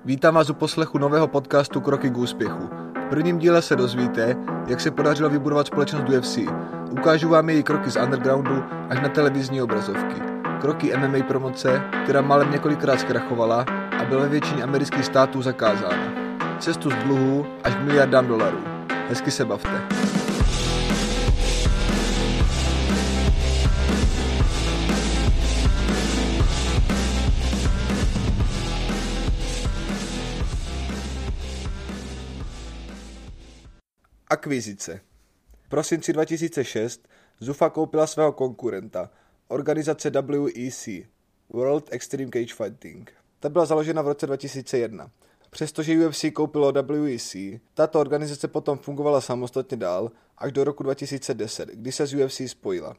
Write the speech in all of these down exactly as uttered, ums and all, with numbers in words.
Vítám vás u poslechu nového podcastu Kroky k úspěchu. V prvním díle se dozvíte, jak se podařilo vybudovat společnost U F C. Ukážu vám její kroky z undergroundu až na televizní obrazovky. Kroky M M A promoce, která málem několikrát zkrachovala a byla ve většině amerických států zakázána. Cestu z dluhů až k miliardám dolarů. Hezky se bavte. Akvizice. V prosinci dva tisíce šest Zuffa koupila svého konkurenta, organizace W E C, World Extreme Cage Fighting. Ta byla založena v roce dva tisíce jedna. Přestože U F C koupilo W E C, tato organizace potom fungovala samostatně dál až do roku dva tisíce deset, kdy se s U F C spojila.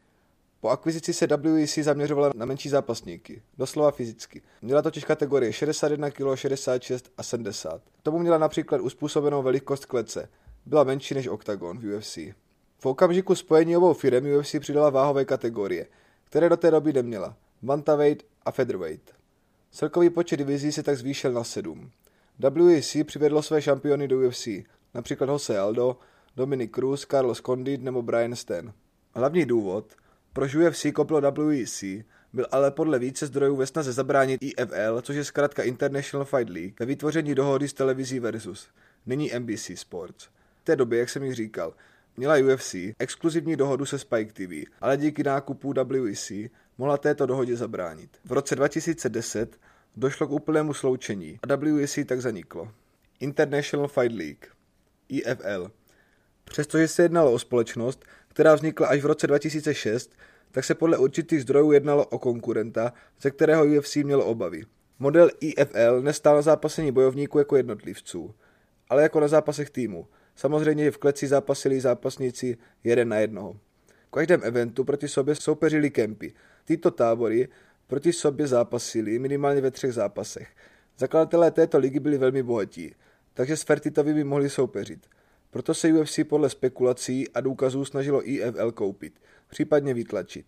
Po akvizici se W E C zaměřovala na menší zápasníky, doslova fyzicky. Měla totiž kategorie šedesát jedna kilogramů, šedesát šest a sedmdesát. K tomu měla například uspůsobenou velikost klece. Byla menší než Octagon v U F C. V okamžiku spojení obou firem U F C přidala váhové kategorie, které do té doby neměla, bantamweight a featherweight. Celkový počet divizí se tak zvýšil na sedm. W E C přivedlo své šampiony do U F C, například Jose Aldo, Dominic Cruz, Carlos Condit nebo Brian Stann. Hlavní důvod, proč U F C koupilo W E C, byl ale podle více zdrojů ve snaze zabránit I F L, což je zkrátka International Fight League, ve vytvoření dohody s televizí Versus, nyní N B C Sports. V té době, jak jsem již říkal, měla U F C exkluzivní dohodu se Spike T V, ale díky nákupu W E C mohla této dohodě zabránit. V roce dva tisíce deset došlo k úplnému sloučení a W E C tak zaniklo. International Fight League, I F L. Přestože se jednalo o společnost, která vznikla až v roce dva tisíce šest, tak se podle určitých zdrojů jednalo o konkurenta, ze kterého U F C mělo obavy. Model I F L nestál na zápasení bojovníků jako jednotlivců, ale jako na zápasech týmu. Samozřejmě v kleci zápasili zápasníci jeden na jednoho. V každém eventu proti sobě soupeřili kempy. Tyto tábory proti sobě zápasili minimálně ve třech zápasech. Zakladatelé této ligy byli velmi bohatí, takže s Fertitovými mohli soupeřit. Proto se U F C podle spekulací a důkazů snažilo I F L koupit, případně vytlačit.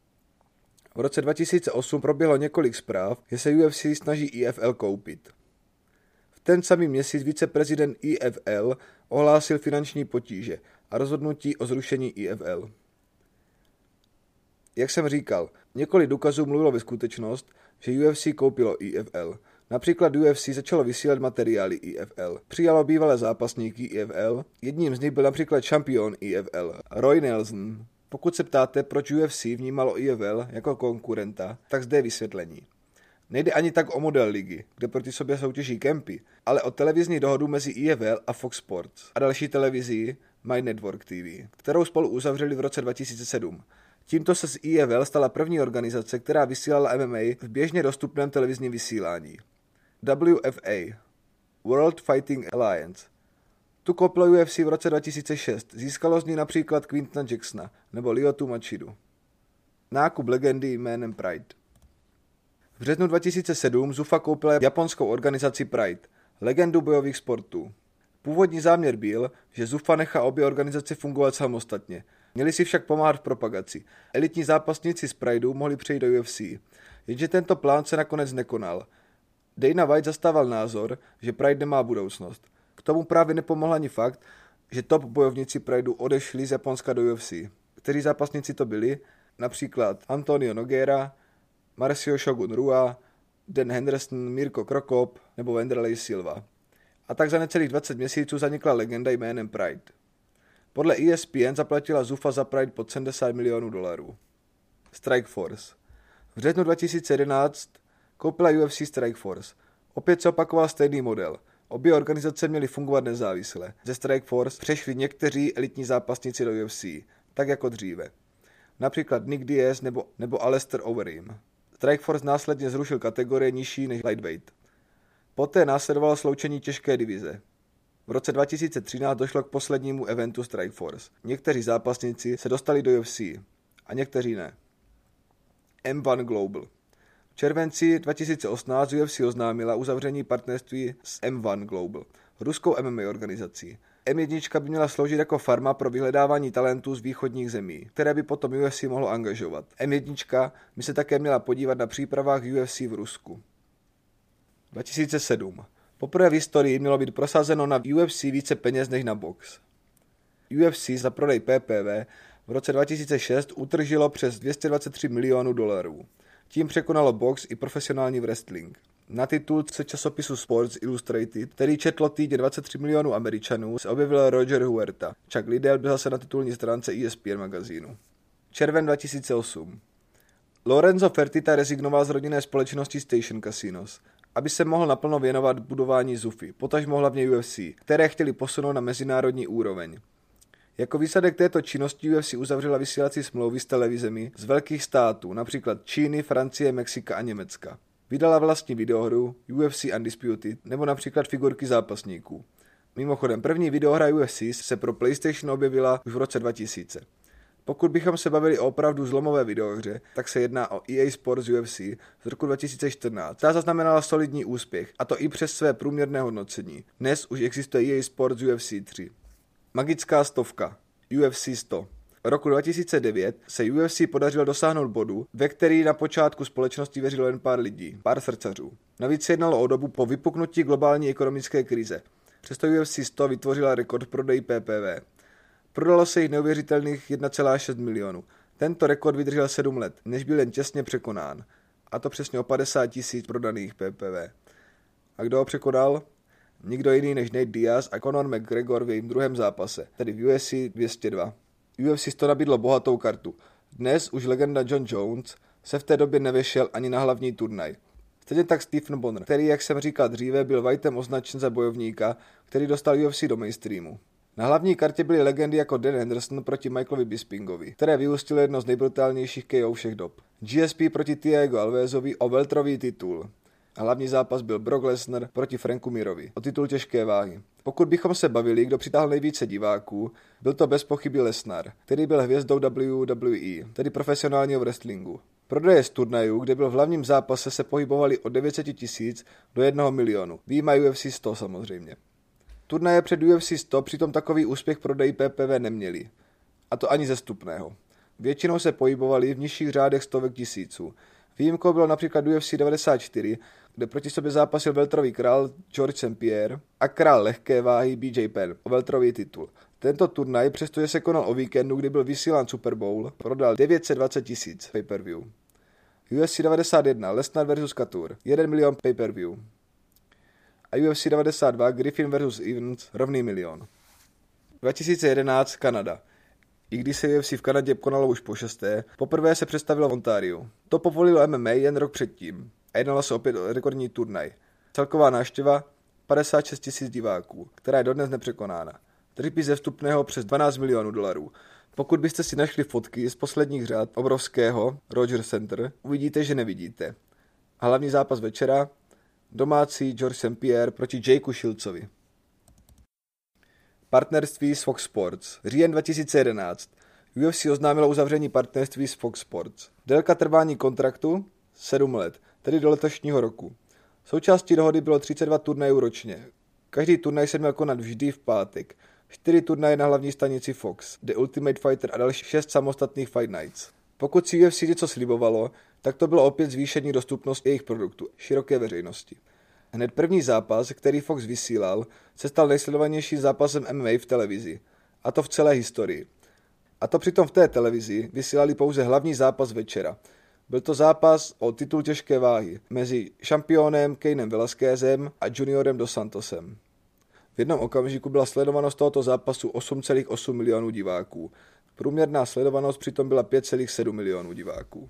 V roce dva tisíce osm proběhlo několik zpráv, že se U F C snaží I F L koupit. V ten samý měsíc viceprezident I F L ohlásil finanční potíže a rozhodnutí o zrušení I F L. Jak jsem říkal, několik důkazů mluvilo ve skutečnost, že U F C koupilo I F L. Například U F C začalo vysílat materiály I F L. Přijalo bývalé zápasníky I F L, jedním z nich byl například šampion I F L, Roy Nelson. Pokud se ptáte, proč U F C vnímalo I F L jako konkurenta, tak zde je vysvětlení. Nejde ani tak o model ligy, kde proti sobě soutěží kempy, ale o televizní dohodu mezi I F L a Fox Sports a další televizí My Network T V, kterou spolu uzavřeli v roce dva tisíce sedm. Tímto se z I F L stala první organizace, která vysílala M M A v běžně dostupném televizním vysílání. W F A, World Fighting Alliance. Tu koupilo U F C v roce dva tisíce šest, získalo z ní například Quintana Jacksona nebo Lyotu Machidu. Nákup legendy jménem Pride. V březnu dva tisíce sedm Zuffa koupila japonskou organizaci Pride, legendu bojových sportů. Původní záměr byl, že Zuffa nechá obě organizace fungovat samostatně. Měli si však pomáhat v propagaci. Elitní zápasníci z Prideu mohli přejít do U F C, jenže tento plán se nakonec nekonal. Dana White zastával názor, že Pride nemá budoucnost. K tomu právě nepomohl ani fakt, že top bojovníci Prideu odešli z Japonska do U F C. Kteří zápasníci to byli? Například Antonio Nogueira, Marcio Shogun Rua, Dan Henderson, Mirko Krokop nebo Wanderlei Silva. A tak za necelých dvacet měsíců zanikla legenda jménem Pride. Podle E S P N zaplatila Zuffa za Pride pod sedmdesát milionů dolarů. Strikeforce. V březnu dva tisíce jedenáct koupila U F C Strikeforce. Opět se opakoval stejný model. Obě organizace měly fungovat nezávisle. Ze Strikeforce přešli někteří elitní zápasníci do U F C, tak jako dříve. Například Nick Diaz nebo, nebo Alistair Overeem. Strikeforce následně zrušil kategorie nižší než lightweight. Poté následovalo sloučení těžké divize. V roce dva tisíce třináct došlo k poslednímu eventu Strikeforce. Někteří zápasníci se dostali do U F C a někteří ne. M jedna Global. V červenci dva tisíce osmnáct U F C oznámila uzavření partnerství s M jedna Global, ruskou M M A organizací. M jedna by měla sloužit jako farma pro vyhledávání talentů z východních zemí, které by potom U F C mohlo angažovat. M jedna by se také měla podívat na přípravách U F C v Rusku. dva tisíce sedm. Poprvé v historii mělo být prosazeno na U F C více peněz než na box. U F C za prodej P P V v roce dva tisíce šest utržilo přes dvě stě dvacet tři milionů dolarů. Tím překonalo box i profesionální wrestling. Na titulce časopisu Sports Illustrated, který četlo týdně dvacet tři milionů Američanů, se objevil Roger Huerta. Chuck Liddell byl zase na titulní stránce E S P N magazínu. Červen dva tisíce osm. Lorenzo Fertitta rezignoval z rodinné společnosti Station Casinos, aby se mohl naplno věnovat budování Zufy, potažmo hlavně U F C, které chtěli posunout na mezinárodní úroveň. Jako výsledek této činnosti U F C uzavřela vysílací smlouvy s televizemi z velkých států, například Číny, Francie, Mexika a Německa. Vydala vlastní videohru U F C Undisputed nebo například figurky zápasníků. Mimochodem, první videohra U F C se pro PlayStation objevila už v roce dva tisíce. Pokud bychom se bavili o opravdu zlomové videohře, tak se jedná o E A Sports U F C z roku dva tisíce čtrnáct. Ta zaznamenala solidní úspěch, a to i přes své průměrné hodnocení. Dnes už existuje E A Sports U F C tři. Magická stovka. U F C sto. Roku dva tisíce devět se U F C podařilo dosáhnout bodu, ve který na počátku společnosti věřilo jen pár lidí, pár srdcařů. Navíc se jednalo o dobu po vypuknutí globální ekonomické krize. Přesto U F C sto vytvořila rekord prodeji P P V. Prodalo se jich neuvěřitelných jedna celá šest milionu. Tento rekord vydržel sedm let, než byl jen těsně překonán. A to přesně o padesát tisíc prodaných P P V. A kdo ho překonal? Nikdo jiný než Nate Diaz a Conor McGregor v jejím druhém zápase, tedy v U F C dvě stě dva. U F C sto nabídlo bohatou kartu. Dnes už legenda John Jones se v té době nevyšel ani na hlavní turnaj. Stejně tak Stephen Bonner, který, jak jsem říkal dříve, byl Whitem označen za bojovníka, který dostal U F C do mainstreamu. Na hlavní kartě byly legendy jako Dan Henderson proti Michaelovi Bispingovi, které vyústilo jedno z nejbrutálnějších K O všech dob. G S P proti Thiago Alvezovi o welterový titul. A hlavní zápas byl Brock Lesnar proti Franku Mirovi o titul těžké váhy. Pokud bychom se bavili, kdo přitáhl nejvíce diváků, byl to bez pochyby Lesnar, který byl hvězdou W W E, tedy profesionálního wrestlingu. Prodeje z turnajů, kde byl v hlavním zápase, se pohybovali od devět set tisíc do jednoho milionu. Výjima U F C sto samozřejmě. Turnaje před U F C sto přitom takový úspěch prodeji P P V neměli. A to ani ze vstupného. Většinou se pohybovali v nižších řádech stovek tisíců. Výjimkou bylo například U F C devadesát čtyři, kde proti sobě zápasil welterový král George Saint Pierre a král lehké váhy B J Penn o welterový titul. Tento turnaj, přestože se konal o víkendu, kdy byl vysílán Super Bowl, prodal devět set dvacet tisíc pay-per-view. U F C devadesát jedna Lesnar versus Couture jeden milion pay-per-view. A U F C devadesát dva Griffin versus Evans rovný milion. dva tisíce jedenáct Kanada. I když se U F C v Kanadě konalo už po šesté, poprvé se představilo v Ontáriu. To povolilo M M A jen rok předtím a jednalo se opět o rekordní turnaj. Celková návštěva padesát šest tisíc diváků, která je dodnes nepřekonána. Tržby ze vstupného přes dvanáct milionů dolarů. Pokud byste si našli fotky z posledních řad obrovského Rogers Center, uvidíte, že nevidíte. A hlavní zápas večera domácí George Saint Pierre proti Jakeu Shieldssovi. Partnerství s Fox Sports. Říjen dva tisíce jedenáct. U F C oznámilo uzavření partnerství s Fox Sports. Délka trvání kontraktu sedm let, tedy do letošního roku. Součástí dohody bylo třicet dva turnajů ročně. Každý turnaj se měl konat vždy v pátek. čtyři turnaje na hlavní stanici Fox, The Ultimate Fighter a další šest samostatných Fight Nights. Pokud si U F C něco slibovalo, tak to bylo opět zvýšení dostupnosti jejich produktu široké veřejnosti. Hned první zápas, který Fox vysílal, se stal nejsledovanějším zápasem M M A v televizi. A to v celé historii. A to přitom v té televizi vysílali pouze hlavní zápas večera. Byl to zápas o titul těžké váhy mezi šampionem Cainem Velasquezem a Juniorem dos Santosem. V jednom okamžiku byla sledovanost tohoto zápasu osm celá osm milionů diváků. Průměrná sledovanost přitom byla pět celá sedm milionů diváků.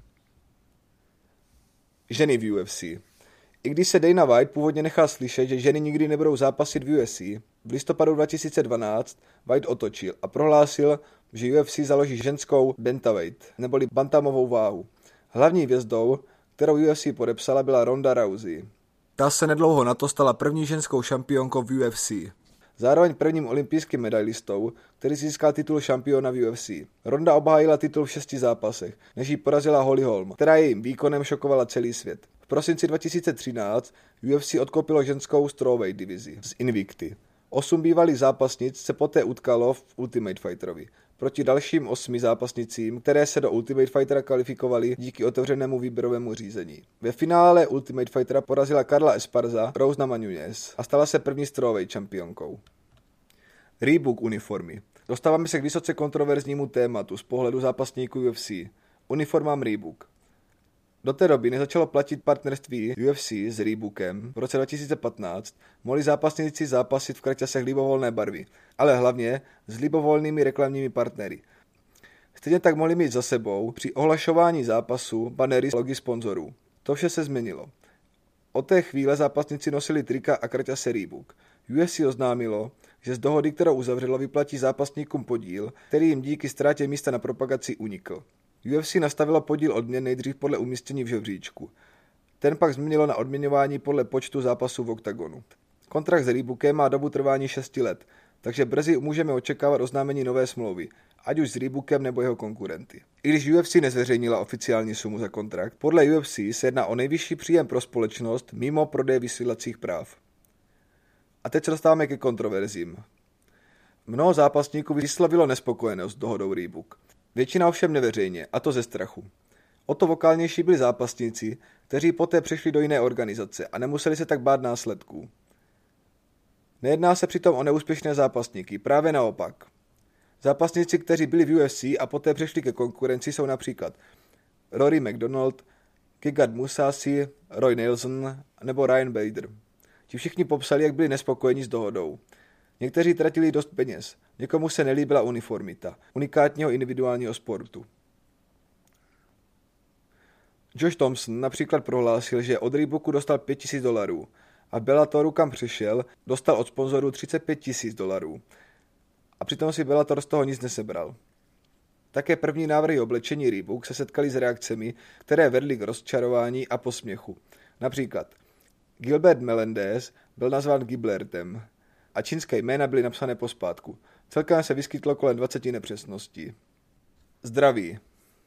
Ženy v U F C. I když se Dana White původně nechal slyšet, že ženy nikdy nebudou zápasit v U F C, v listopadu dva tisíce dvanáct White otočil a prohlásil, že U F C založí ženskou bantamweight, neboli bantamovou váhu. Hlavní hvězdou, kterou U F C podepsala, byla Ronda Rousey. Ta se nedlouho na to stala první ženskou šampionkou v U F C. Zároveň prvním olympijským medailistou, který získal titul šampiona v U F C. Ronda obhájila titul v šesti zápasech, než ji porazila Holly Holm, která jejím výkonem šokovala celý svět. V prosinci dva tisíce třináct U F C odkoupilo ženskou strawweight divizi z Invicty. Osm bývalých zápasnic se poté utkalo v Ultimate Fighterovi. proti dalším osmi zápasnicím, které se do Ultimate Fightera kvalifikovaly díky otevřenému výběrovému řízení. Ve finále Ultimate Fightera porazila Carla Esparza Rose Namajunas a stala se první strojovou čempionkou. Reebok uniformy. Dostáváme se k vysoce kontroverznímu tématu z pohledu zápasníků U F C. Uniformám Reebok. Do té doby nezačalo platit partnerství U F C s Reebokem. V roce dva tisíce patnáct mohli zápasníci zápasit v kraťasech libovolné barvy, ale hlavně s libovolnými reklamními partnery. Stejně tak mohli mít za sebou při ohlašování zápasu banery s logy sponzorů. To vše se změnilo. Od té chvíle zápasníci nosili trika a kraťase Reebok. U F C oznámilo, že z dohody, kterou uzavřelo, vyplatí zápasníkům podíl, který jim díky ztrátě místa na propagaci unikl. U F C nastavilo podíl odměn nejdřív podle umístění v žebříčku. Ten pak změnilo na odměňování podle počtu zápasů v oktagonu. Kontrakt s Reebokem má dobu trvání šesti let, takže brzy můžeme očekávat oznámení nové smlouvy, ať už s Reebokem nebo jeho konkurenty. I když U F C nezveřejnila oficiální sumu za kontrakt, podle U F C se jedná o nejvyšší příjem pro společnost mimo prodej vysílacích práv. A teď se dostáváme ke kontroverzím. Mnoho zápasníků vyslovilo nespokojenost s dohodou Reebok. Většina ovšem neveřejně, a to ze strachu. O to vokálnější byli zápasníci, kteří poté přešli do jiné organizace a nemuseli se tak bát následků. Nejedná se přitom o neúspěšné zápasníky, právě naopak. Zápasníci, kteří byli v U F C a poté přešli ke konkurenci, jsou například Rory McDonald, Gegard Mousasi, Roy Nelson nebo Ryan Bader. Ti všichni popsali, jak byli nespokojeni s dohodou. Někteří tratili dost peněz, někomu se nelíbila uniformita, unikátního individuálního sportu. Josh Thompson například prohlásil, že od Reeboku dostal pět tisíc dolarů a Bellatoru, kam přišel, dostal od sponzorů třicet pět tisíc dolarů. A přitom si Bellator z toho nic nesebral. Také první návrhy oblečení Reebok se setkaly s reakcemi, které vedly k rozčarování a posměchu. Například Gilbert Melendez byl nazván Giblertem a čínské jména byly napsané pospátku. Celkem se vyskytlo kolem dvacet nepřesností. Zdraví.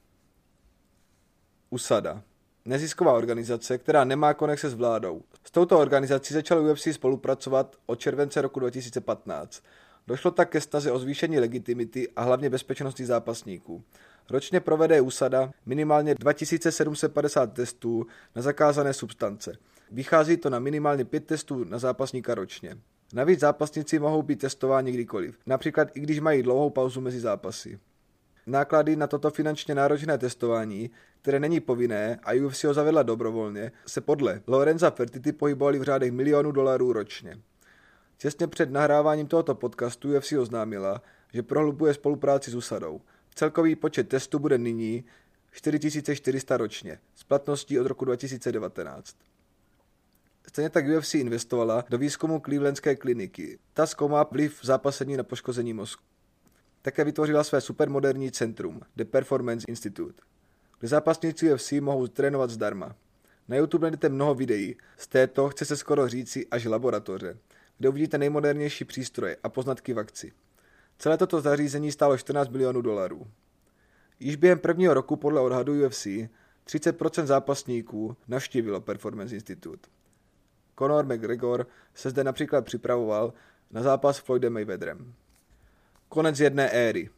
U S A D A. Nezisková organizace, která nemá konexe s vládou. S touto organizací začal U F C spolupracovat od července roku dva tisíce patnáct. Došlo tak ke snaze o zvýšení legitimity a hlavně bezpečnosti zápasníků. Ročně provede U S A D A minimálně dva tisíce sedm set padesát testů na zakázané substance. Vychází to na minimálně pět testů na zápasníka ročně. Navíc zápasníci mohou být testováni kdykoliv, například i když mají dlouhou pauzu mezi zápasy. Náklady na toto finančně náročné testování, které není povinné a U F C ho zavedla dobrovolně, se podle Lorenza Fertitti pohybovaly v řádech milionů dolarů ročně. Těsně před nahráváním tohoto podcastu U F C oznámila, že prohlubuje spolupráci s U S A Dou. Celkový počet testů bude nyní čtyři tisíce čtyři sta ročně, s platností od roku dva tisíce devatenáct. Stejně tak U F C investovala do výzkumu Clevelandské kliniky. Ta zkoumá vliv zápasení na poškození mozku. Také vytvořila své supermoderní centrum, The Performance Institute, kde zápasníci U F C mohou trénovat zdarma. Na YouTube najdete mnoho videí, z této chce se skoro říci až laboratoře, kde uvidíte nejmodernější přístroje a poznatky v akci. Celé toto zařízení stálo čtrnáct milionů dolarů. Již během prvního roku podle odhadu U F C třicet procent zápasníků navštívilo Performance Institute. Conor McGregor se zde například připravoval na zápas s Floydem Mayweatherem. Konec jedné éry.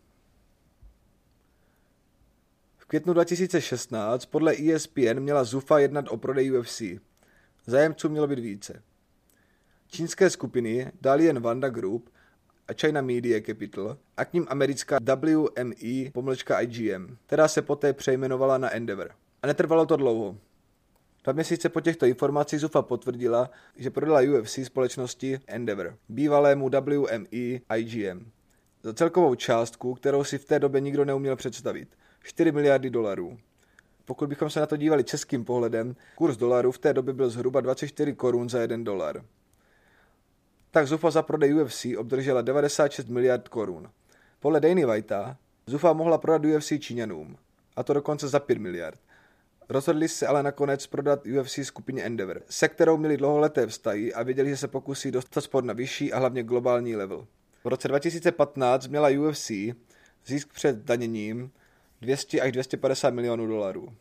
V květnu dva tisíce šestnáct podle E S P N měla Zuffa jednat o prodej U F C. Zájemců mělo být více. Čínské skupiny Dalian Wanda Group a China Media Capital a k ním americká W M E pomlčka I G M, která se poté přejmenovala na Endeavor. A netrvalo to dlouho. Dva měsíce po těchto informacích Zuffa potvrdila, že prodala U F C společnosti Endeavor, bývalému W M E I G M, za celkovou částku, kterou si v té době nikdo neuměl představit, čtyři miliardy dolarů. Pokud bychom se na to dívali českým pohledem, kurz dolaru v té době byl zhruba dvacet čtyři korun za jeden dolar. Tak Zuffa za prodej U F C obdržela devadesát šest miliard korun. Podle Dany Whitea Zuffa mohla prodat U F C Číňanům, a to dokonce za pět miliard. Rozhodli se ale nakonec prodat U F C skupině Endeavor, se kterou měli dlouholeté vztahy a věděli, že se pokusí dostat sport na vyšší a hlavně globální level. V roce dva tisíce patnáct měla U F C zisk před daněním dvě stě až dvě stě padesát milionů dolarů.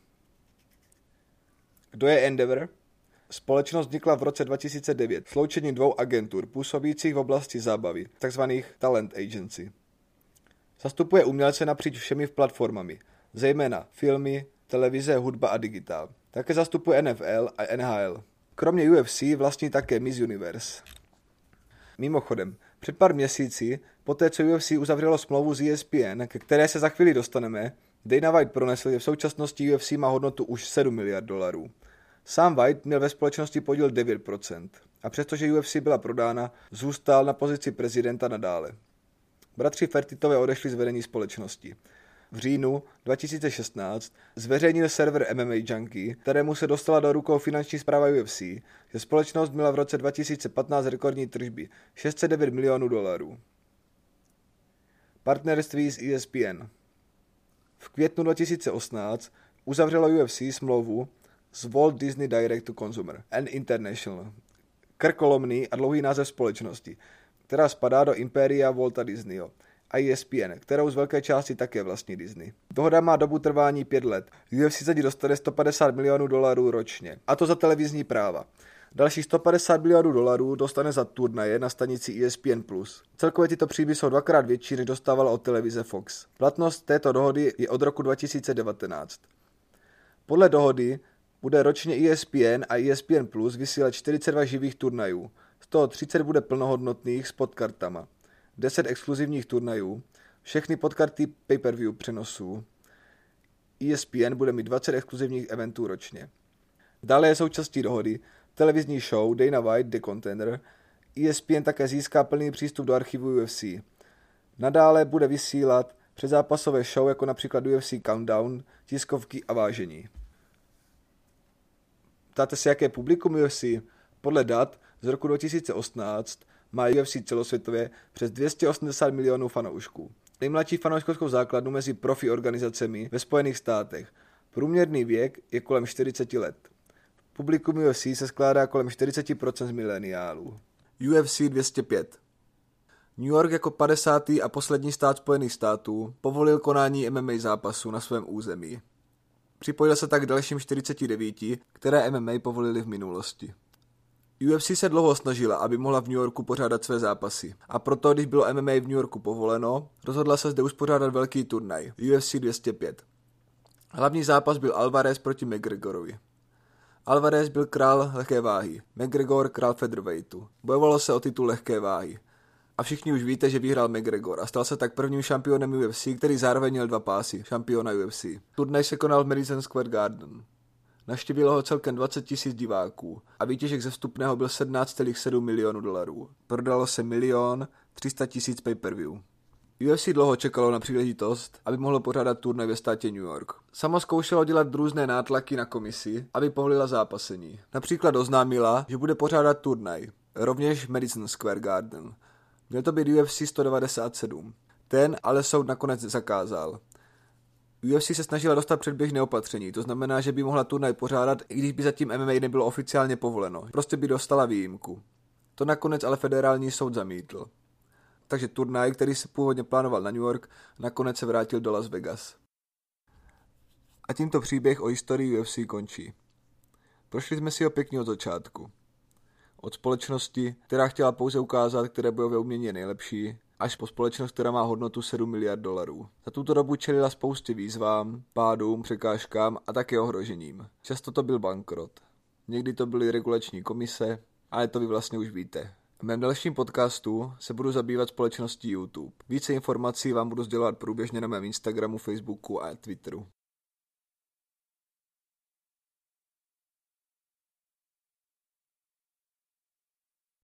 Kdo je Endeavor? Společnost vznikla v roce dva tisíce devět sloučením dvou agentur působících v oblasti zábavy, takzvaných Talent Agency. Zastupuje umělce napříč všemi platformami, zejména filmy, televize, hudba a digitál. Také zastupuje N F L a N H L. Kromě U F C vlastní také Miss Universe. Mimochodem, před pár měsíci, poté co U F C uzavřelo smlouvu s E S P N, ke které se za chvíli dostaneme, Dana White pronesl, že v současnosti U F C má hodnotu už sedm miliard dolarů. Sám White měl ve společnosti podíl devět procent a přestože U F C byla prodána, zůstal na pozici prezidenta nadále. Bratři Fertitové odešli z vedení společnosti. V říjnu dva tisíce šestnáct zveřejnil server M M A Junkie, kterému se dostala do rukou finanční správa U F C, že společnost měla v roce dva tisíce patnáct rekordní tržby šest set devět milionů dolarů. Partnerství s E S P N. V květnu dva tisíce osmnáct uzavřelo U F C smlouvu s Walt Disney Direct to Consumer and International, krkolomný a dlouhý název společnosti, která spadá do impéria Walta Disneyho, a E S P N, kterou z velké části také vlastní Disney. Dohoda má dobu trvání pět let. U F C za ní dostane sto padesát milionů dolarů ročně, a to za televizní práva. Dalších sto padesát milionů dolarů dostane za turnaje na stanici E S P N plus. Celkově tyto příjmy jsou dvakrát větší, než dostávala od televize Fox. Platnost této dohody je od roku dva tisíce devatenáct. Podle dohody bude ročně E S P N a E S P N plus vysílat čtyřicet dva živých turnajů. Z toho třicet bude plnohodnotných s podkartama. deset exkluzivních turnajů, všechny podkarty pay-per-view přenosů. E S P N bude mít dvacet exkluzivních eventů ročně. Dále je součástí dohody televizní show Dana White The Contender. E S P N také získá plný přístup do archivu U F C. Nadále bude vysílat předzápasové show jako například U F C Countdown, tiskovky a vážení. Ptáte se, jaké publikum U F C? Podle dat z roku dva tisíce osmnáct má U F C celosvětově přes dvě stě osmdesát milionů fanoušků. Nejmladší fanouškovskou základnu mezi profi organizacemi ve Spojených státech. Průměrný věk je kolem čtyřicet let. Publikum U F C se skládá kolem čtyřicet procent z mileniálů. U F C dvě stě pět. New York jako padesátý a poslední stát Spojených států povolil konání M M A zápasu na svém území. Připojil se tak k dalším čtyřiceti devíti, které M M A povolili v minulosti. U F C se dlouho snažila, aby mohla v New Yorku pořádat své zápasy. A proto, když bylo M M A v New Yorku povoleno, rozhodla se zde uspořádat velký turnaj U F C dvě stě pět. Hlavní zápas byl Alvarez proti McGregorovi. Alvarez byl král lehké váhy, McGregor král featherweightu. Bojovalo se o titul lehké váhy. A všichni už víte, že vyhrál McGregor a stal se tak prvním šampionem U F C, který zároveň měl dva pásy, šampiona U F C. Turnaj se konal v Madison Square Garden. Navštívilo ho celkem dvacet tisíc diváků a výtěžek ze vstupného byl sedmnáct celá sedm milionů dolarů. Prodalo se milion tři sta tisíc pay-per-view. U F C dlouho čekalo na příležitost, aby mohlo pořádat turnaj ve státě New York. Samo zkoušelo dělat různé nátlaky na komisi, aby povolila zápasení. Například oznámila, že bude pořádat turnaj, rovněž v Madison Square Garden. Měl to být U F C sto devadesát sedm. Ten ale soud nakonec zakázal. U F C se snažila dostat předběžné opatření, to znamená, že by mohla turnaj pořádat, i když by zatím M M A nebylo oficiálně povoleno. Prostě by dostala výjimku. To nakonec ale federální soud zamítl. Takže turnaj, který se původně plánoval na New York, nakonec se vrátil do Las Vegas. A tímto příběh o historii U F C končí. Prošli jsme si ho pěkně od začátku. Od společnosti, která chtěla pouze ukázat, které bojové umění je nejlepší, až po společnost, která má hodnotu sedm miliard dolarů. Za tuto dobu čelila spoustě výzvám, pádům, překážkám a také ohrožením. Často to byl bankrot. Někdy to byly regulační komise, ale to vy vlastně už víte. V mém dalším podcastu se budu zabývat společností YouTube. Více informací vám budu sdělovat průběžně na mém Instagramu, Facebooku a Twitteru.